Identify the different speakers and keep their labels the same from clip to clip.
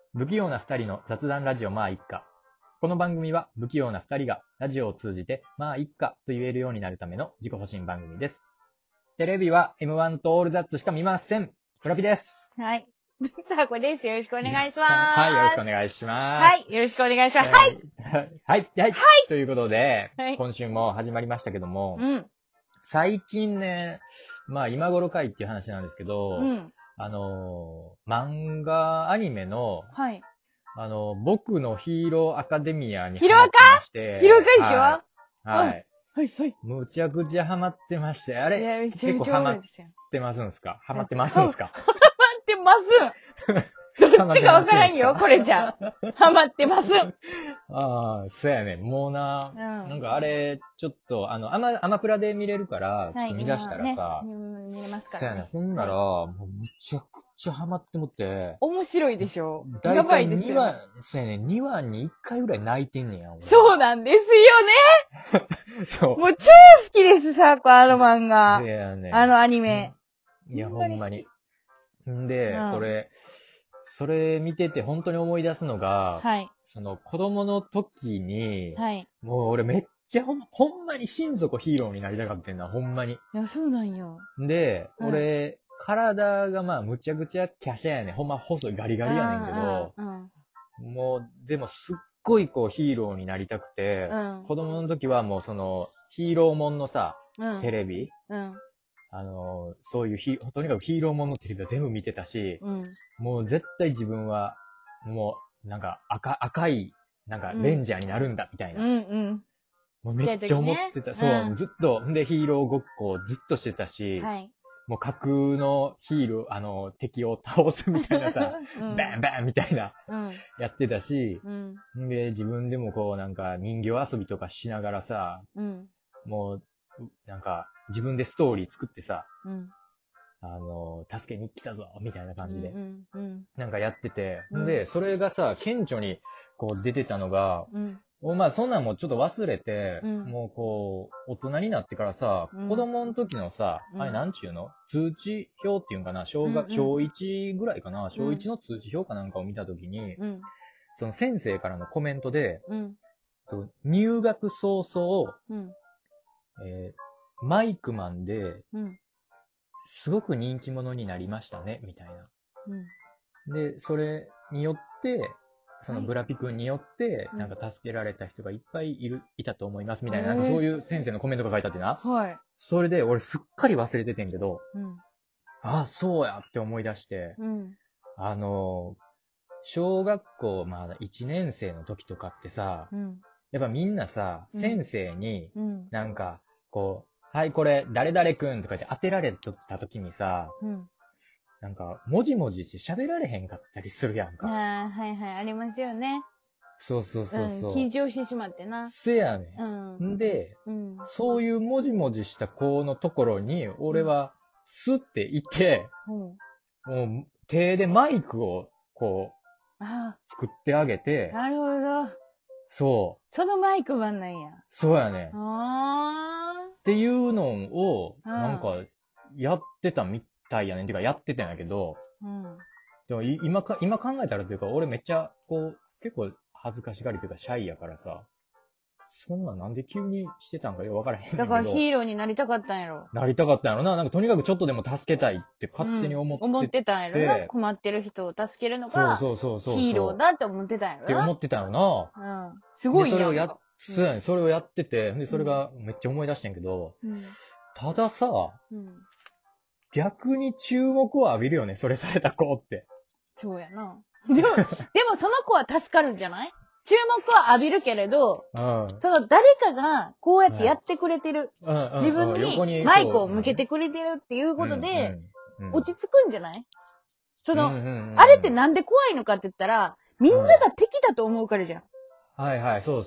Speaker 1: 不器用な二人の雑談ラジオまあいっか。この番組は不器用な二人がラジオを通じてまあいっかと言えるようになるための自己保身番組です。テレビは M1 とオールザッツしか見ません。フラピです。
Speaker 2: はい。さあ、これです。よろしくお願いします。
Speaker 1: はい、よろしくお願いします。
Speaker 2: はい、よろしくお願いします。はい。
Speaker 1: はい、はい、ということで、
Speaker 2: はい
Speaker 1: 今週も始まりましたけども、
Speaker 2: うん。
Speaker 1: 最近ね、まあ今頃かいっていう話なんですけど、
Speaker 2: うん。
Speaker 1: 漫画アニメの、
Speaker 2: はい。
Speaker 1: 僕のヒーローアカデミアに
Speaker 2: ヒロアカ
Speaker 1: ハマってまして。
Speaker 2: ヒロアカでしょ
Speaker 1: はい。
Speaker 2: はい。はい。
Speaker 1: むちゃくちゃハマってまして。あ
Speaker 2: いや、
Speaker 1: れ
Speaker 2: めちゃめちゃ
Speaker 1: 結構ハマっ
Speaker 2: 面白いですよ。
Speaker 1: てますんすか？ハマってますんすか？
Speaker 2: ハマってますどっちかわからんよ、これじゃ。ハマってます。
Speaker 1: ああ、そうやね。もうな、なんかあれ、ちょっと、アマプラで見れるから、ちょっと見出したらさ、
Speaker 2: 見れますからね。
Speaker 1: そうやね。ほんなら、
Speaker 2: は
Speaker 1: もうむちゃくちゃハマってもって、
Speaker 2: 面白いでしょ。
Speaker 1: だいたい
Speaker 2: やばいです
Speaker 1: 2
Speaker 2: よ。
Speaker 1: 話、そうやね。2話に1回ぐらい泣いてんねや。俺
Speaker 2: そうなんですよね。
Speaker 1: そう。
Speaker 2: もう超好きです、さこあの漫画。
Speaker 1: そうやね。
Speaker 2: アニメ。
Speaker 1: いや、ほんまに。んで、
Speaker 2: うん
Speaker 1: 俺、それ見てて本当に思い出すのが、
Speaker 2: はい。
Speaker 1: その子供の時に、
Speaker 2: はい。
Speaker 1: もう俺めっちゃほんまに心底ヒーローになりたかったんだ、ほんまに。
Speaker 2: いや、そうなんよ。
Speaker 1: で、
Speaker 2: うん
Speaker 1: 俺、体がまあむちゃくちゃ華奢やねん。ほんま細いガリガリやねんけど、もう、でもすっごいこうヒーローになりたくて、
Speaker 2: うん
Speaker 1: 子供の時はもうそのヒーローもんのさ、
Speaker 2: うん。
Speaker 1: テレビ、
Speaker 2: うん。
Speaker 1: そういうとにかくヒーローもんのテレビは全部見てたし、
Speaker 2: うん。
Speaker 1: もう絶対自分は、もう、なんか赤い、なんかレンジャーになるんだ、みたいな。
Speaker 2: うん。
Speaker 1: もうめっちゃ思ってた。
Speaker 2: ちっちゃい時ね
Speaker 1: そう、ずっと、で、ヒーローごっこをずっとしてたし、
Speaker 2: はい。
Speaker 1: もう架空のヒーロー、敵を倒すみたいなさ、
Speaker 2: うん
Speaker 1: バンバンみたいな、
Speaker 2: うん。
Speaker 1: やってたし、
Speaker 2: うん。
Speaker 1: で、自分でもこうなんか人形遊びとかしながらさ、
Speaker 2: うん。
Speaker 1: もう、なんか自分でストーリー作ってさ、
Speaker 2: うん。
Speaker 1: 助けに来たぞみたいな感じで。
Speaker 2: うん。
Speaker 1: なんかやってて、
Speaker 2: うん
Speaker 1: で、それがさ、顕著にこう出てたのが、
Speaker 2: うん。
Speaker 1: まあそんなんもちょっと忘れて、
Speaker 2: うん
Speaker 1: もうこう、大人になってからさ、
Speaker 2: うん
Speaker 1: 子供の時のさ、
Speaker 2: うん
Speaker 1: あれなんちゅうの通知表っていうんかな小
Speaker 2: うん
Speaker 1: 1ぐらいかな小1の通知表かなんかを見た時に、
Speaker 2: うん。
Speaker 1: その先生からのコメントで、
Speaker 2: うん。
Speaker 1: 入学早々、
Speaker 2: うん。
Speaker 1: マイクマンで、
Speaker 2: うん。
Speaker 1: すごく人気者になりましたね、みたいな。
Speaker 2: うん。
Speaker 1: で、それによって、そのブラピ君によって、
Speaker 2: うん
Speaker 1: なんか助けられた人がいっぱいいたと思います、みたいな、
Speaker 2: へー
Speaker 1: なんかそういう先生のコメントが書いてあってな。
Speaker 2: はい。
Speaker 1: それで、俺すっかり忘れててんけど、
Speaker 2: うん。
Speaker 1: あ、そうやって思い出して、
Speaker 2: うん。
Speaker 1: あの、小学校、まあ1年生の時とかってさ、
Speaker 2: うん。
Speaker 1: やっぱみんなさ、
Speaker 2: うん
Speaker 1: 先生に、
Speaker 2: うん。
Speaker 1: なんか、こう、はい、これ、誰々くんとか言って当てられた時にさ、
Speaker 2: うん。
Speaker 1: なんか、もじもじして喋られへんかったりするやんか。
Speaker 2: ああ、はいはい、ありますよね。
Speaker 1: そうそうそうそう。
Speaker 2: 緊張してしまってな。
Speaker 1: せやね
Speaker 2: うん。
Speaker 1: ん。んで、
Speaker 2: うん。
Speaker 1: そういうもじもじした子のところに、俺は、スっていて、もう、手でマイクを、こう、
Speaker 2: あ
Speaker 1: 作ってあげ
Speaker 2: あ、
Speaker 1: て、
Speaker 2: なるほど。
Speaker 1: そう、
Speaker 2: そのマイクマンなんや。
Speaker 1: そうやねん。っ
Speaker 2: あ
Speaker 1: ていうのを、
Speaker 2: うん
Speaker 1: なんか、やってたみたいやねん。てか、やってたんやけど、
Speaker 2: あ。うん。
Speaker 1: でも今考えたらというか、俺めっちゃ、こう、結構恥ずかしがりというか、シャイやからさ、そんなんで急にしてたんかよくわからへんねんけど。
Speaker 2: だからヒーローになりたかったんやろ。
Speaker 1: なりたかったんやろな。なんかとにかくちょっとでも助けたいって勝手に思って
Speaker 2: たんやろな。困ってる人を助けるのが、
Speaker 1: そう。
Speaker 2: ヒーローだって思ってたんやろな。
Speaker 1: って思ってたよな。
Speaker 2: うん。すごい
Speaker 1: でそれを
Speaker 2: やんか。
Speaker 1: そうやねんそれをやってて、で、それがめっちゃ思い出してんけど、たださ、逆に注目を浴びるよね、それされた子って。
Speaker 2: そうやな。でもその子は助かるんじゃない？注目は浴びるけれど、その誰かがこうやってやってくれてる。自分にマイクを向けてくれてるっていうことで、落ち着くんじゃない？あれってなんで怖いのかって言ったら、みんなが敵だと思うからじゃん。
Speaker 1: はいはい、そう。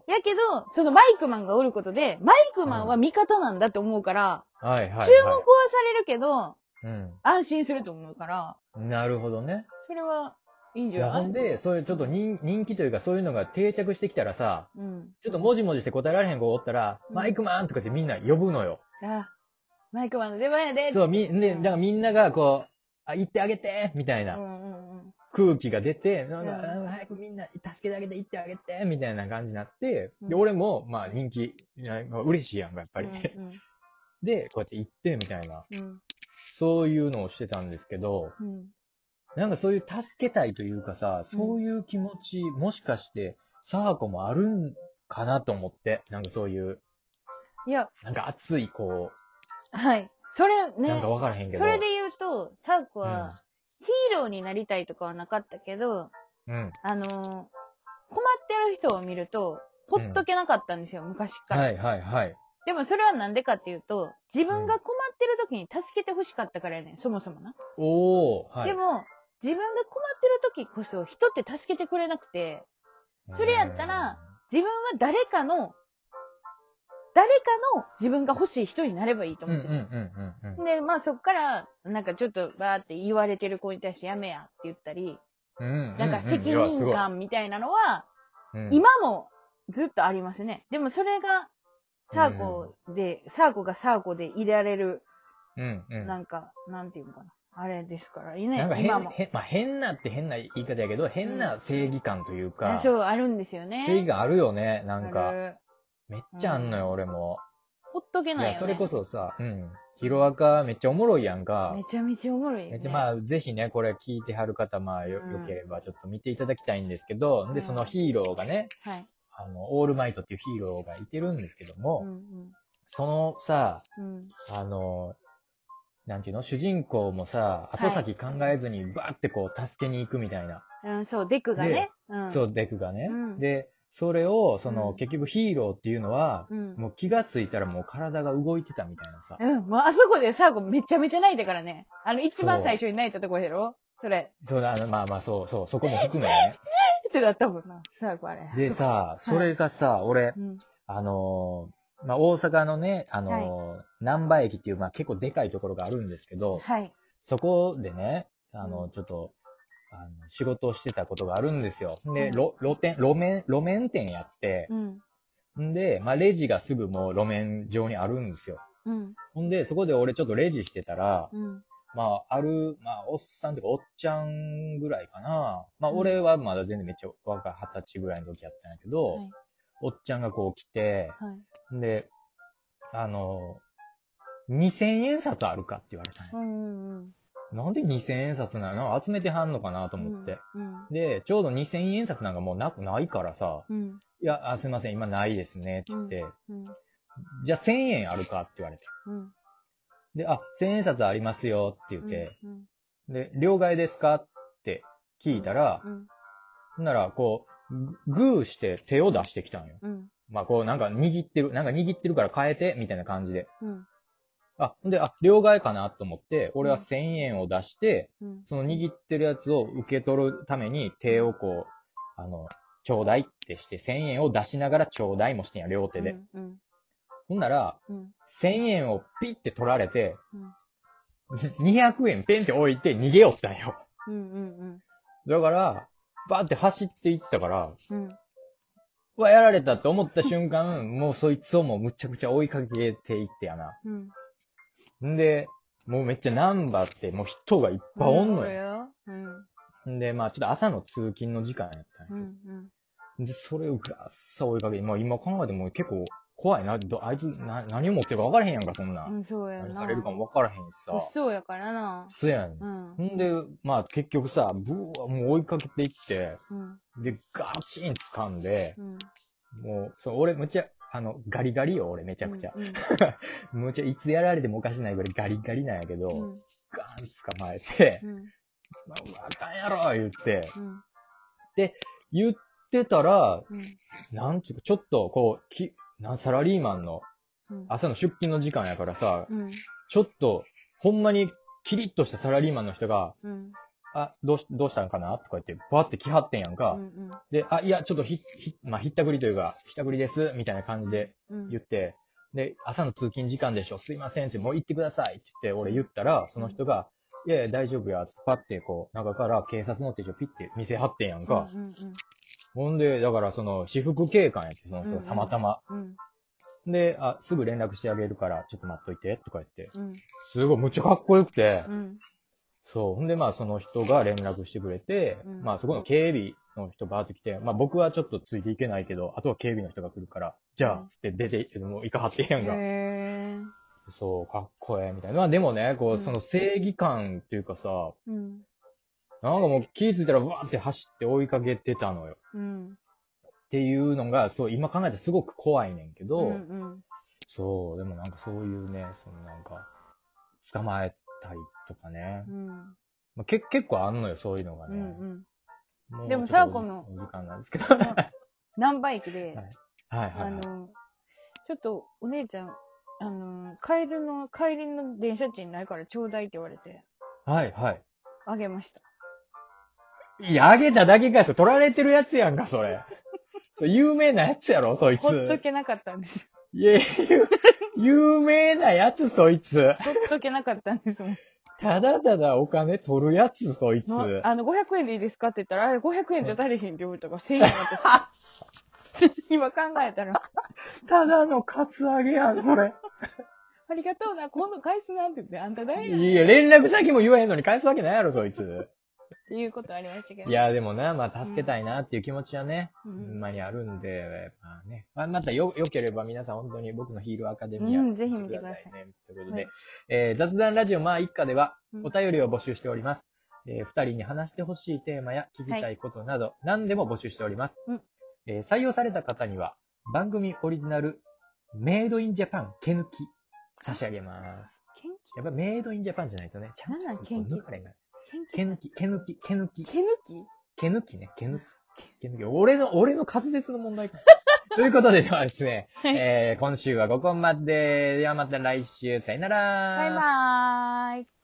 Speaker 2: やけど、そのマイクマンがおることで、マイクマンは味方なんだって思うから、注目はされるけど、安心すると思うから。
Speaker 1: なるほどね。
Speaker 2: それはいいんじゃない？
Speaker 1: ほんで、そういうちょっと人気というかそういうのが定着してきたらさ、ちょっともじもじして答えられへん子おったら、マイクマンとかってみんな呼ぶのよ。
Speaker 2: マイクマンの出番やで。
Speaker 1: そう、だからみんながこう、 行ってあげてみたいな空気が出て、早くみんな助けてあげて、行ってあげてみたいな感じになって、で、俺も、まあ人気、嬉しいやんか、やっぱり。で、こうやって行って、みたいな。そういうのをしてたんですけど、なんかそういう助けたいというかさ、そういう気持ち、もしかして、サーコもあるんかなと思って、なんかそういう、なんか熱い、こ
Speaker 2: う。はい。それね、
Speaker 1: なんかわからへんけど。
Speaker 2: それで言うと、サーコは、ヒーローになりたいとかはなかったけど、困ってる人を見ると、ほっとけなかったんですよ、昔から。
Speaker 1: はいはいはい。
Speaker 2: でもそれはなんでかっていうと、自分が困ってる時に助けてほしかったからやねん、そもそもな。
Speaker 1: はい。
Speaker 2: でも、自分が困ってる時こそ人って助けてくれなくて、それやったら、自分は誰かの自分が欲しい人になればいいと思って。で、まあそっから、なんかちょっとバーって言われてる子に対してやめやって言ったり、なんか責任感みたいなのは、今もずっとありますね。でもそれが、サーコがサーコでいられる、なんか、なんていうのかな。あれですからね。
Speaker 1: なんか変なって変な言い方やけど、変な正義感というか。
Speaker 2: そう、あるんですよね。
Speaker 1: 正義感あるよね、なんか。めっちゃあんのよ、俺も。
Speaker 2: ほっとけないよね。
Speaker 1: いや、それこそさ、ヒロアカめっちゃおもろいやんか。
Speaker 2: めちゃめちゃおもろいよね。
Speaker 1: めっちゃまあ、ぜひね、これ聞いてはる方、まあ、よければちょっと見ていただきたいんですけど、で、そのヒーローがね、オールマイトっていうヒーローがいてるんですけども、そのさ、なんていうの主人公もさ、後先考えずにバーってこう助けに行くみたいな。
Speaker 2: そう、デクがね。
Speaker 1: そう、デクがね。で、それを、結局ヒーローっていうのは、もう気がついたらもう体が動いてたみたいなさ。
Speaker 2: もうあそこでサーコめちゃめちゃ泣いたからね。一番最初に泣いたとこやろそれ。
Speaker 1: そうだ、まあ、そう、そこも含めね。
Speaker 2: ってなったもんな、サーコあれ。
Speaker 1: でさ、それがさ、俺、まあ、大阪のね、難波駅っていう、まあ、結構でかいところがあるんですけど、そこでね、ちょっと、仕事をしてたことがあるんですよ。で、路面店やって、んで、まあ、レジがすぐもう路面上にあるんですよ。ほんで、そこで俺ちょっとレジしてたら、まあ、おっさんとかおっちゃんぐらいかな。まあ、俺はまだ全然めっちゃ若い20歳ぐらいの時やったんやけど、おっちゃんがこう来て、で、2000円札あるかって言われたんや。なんで2000円札なの集めてはんのかなと思って。で、ちょうど2000円札なんかもうないからさ、いや、すいません、今ないですね、って言って、じゃあ1000円あるかって言われて。で、1000円札ありますよって言って、で、両替ですかって聞いたら、なら、こう、グーして手を出してきたんよ。まあ、こう、なんか握ってるから変えて、みたいな感じで。で、両替かなと思って、俺は1000円を出して、その握ってるやつを受け取るために手をこう、ちょうだいってして、1000円を出しながらちょうだいもしてんや、両手で。ほんなら、1000円をピッて取られて、200円ペンって置いて逃げよったんよ。だから、バーって走っていったから、やられたって思った瞬間、もうそいつをもうむちゃくちゃ追いかけていってやな。んで、もうめっちゃナンバーってもう人がいっぱいおんのよ。んで、まあちょっと朝の通勤の時間やったんやけど。で、それをガッサ追いかけて、まあ今考えても結構怖いな。あいつ何を持ってるか分からへんやんか、そんな。
Speaker 2: そうやな。
Speaker 1: 何されるかも分からへんしさ。
Speaker 2: そうやからな。
Speaker 1: そうやん。んで、まあ結局さ、もう追いかけていって、で、ガチン掴んで、もう、俺むっちゃ、ガリガリよ、俺めちゃくちゃ。むっちゃいつやられてもおかしないぐらいガリガリなんやけど、ガーン捕まえて、まあ、あかんやろ言って、で、言ってたら、なんつうか、ちょっとこう、サラリーマンの朝の出勤の時間やからさ、ちょっと、ほんまにキリッとしたサラリーマンの人が、どうしたんかなとか言って、バーって来はってんやんか。で、いや、ちょっとひったくりというか、ひったくりです、みたいな感じで言って、で、朝の通勤時間でしょ、すいませんって、もう行ってくださいって言って、俺言ったら、その人が、いやいや、大丈夫や、つってパッてこう、中から警察の手帳ピッて見せはってんやんか。ほんで、だからその、私服警官やって、その人がたまたま。で、すぐ連絡してあげるから、ちょっと待っといて、とか言って。すごい、むっちゃかっこよくて、 そう。ほんで、まあ、その人が連絡してくれて、まあ、そこの警備の人バーって来て、まあ、僕はちょっとついていけないけど、あとは警備の人が来るから、じゃあ、つって出て、もう行かはってへんが。そう、かっこええ、みたいな。まあ、でもね、こう、その正義感っていうかさ、なんかもう気づいたらわーって走って追いかけてたのよ。っていうのが、そう、今考えたらすごく怖いねんけど、そう、でもなんかそういうね、そのなんか、捕まえたりとかね。まあ、結構あんのよ、そういうのがね。
Speaker 2: でもさ、この、
Speaker 1: 時間なんですけど。
Speaker 2: ナンバー駅で、
Speaker 1: はい。
Speaker 2: ちょっとお姉ちゃん、帰りの電車賃ないからちょうだいって言われて。
Speaker 1: はい。
Speaker 2: あげました。
Speaker 1: いや、あげただけかよ。取られてるやつやんか、それ。有名なやつやろ、そいつ。
Speaker 2: ほっとけなかったんです。
Speaker 1: いや、有名なやつ、そいつ。
Speaker 2: ほっとけなかったんですもん。
Speaker 1: ただお金取るやつ、そいつ。
Speaker 2: 500円でいいですかって言ったら、500円じゃ足りへんって言われたから1000円になって今考えたら。
Speaker 1: ただのカツアゲやん、それ。
Speaker 2: ありがとうな、今度返すなって言って、あんた誰や
Speaker 1: いや、連絡先も言わへんのに返すわけないやろ、そいつ。
Speaker 2: っていうことありましたけど。
Speaker 1: いや、でもな、まあ、助けたいなっていう気持ちはね、ほんまにあるんで、まあね。またよければ皆さん本当に僕のヒールアカデミア、
Speaker 2: ぜひ見てください。
Speaker 1: ということで、雑談ラジオまあ一家ではお便りを募集しております。二人に話してほしいテーマや聞きたいことなど、何でも募集しております。採用された方には、番組オリジナル、メイドインジャパン毛抜き差し上げます。やっぱメイドインジャパンじゃないとね、ちゃんと抜かれない。毛抜き。毛抜き。俺の滑舌の問題か。ということでですね、今週はここまで。ではまた来週、さよなら。
Speaker 2: バイバーイ。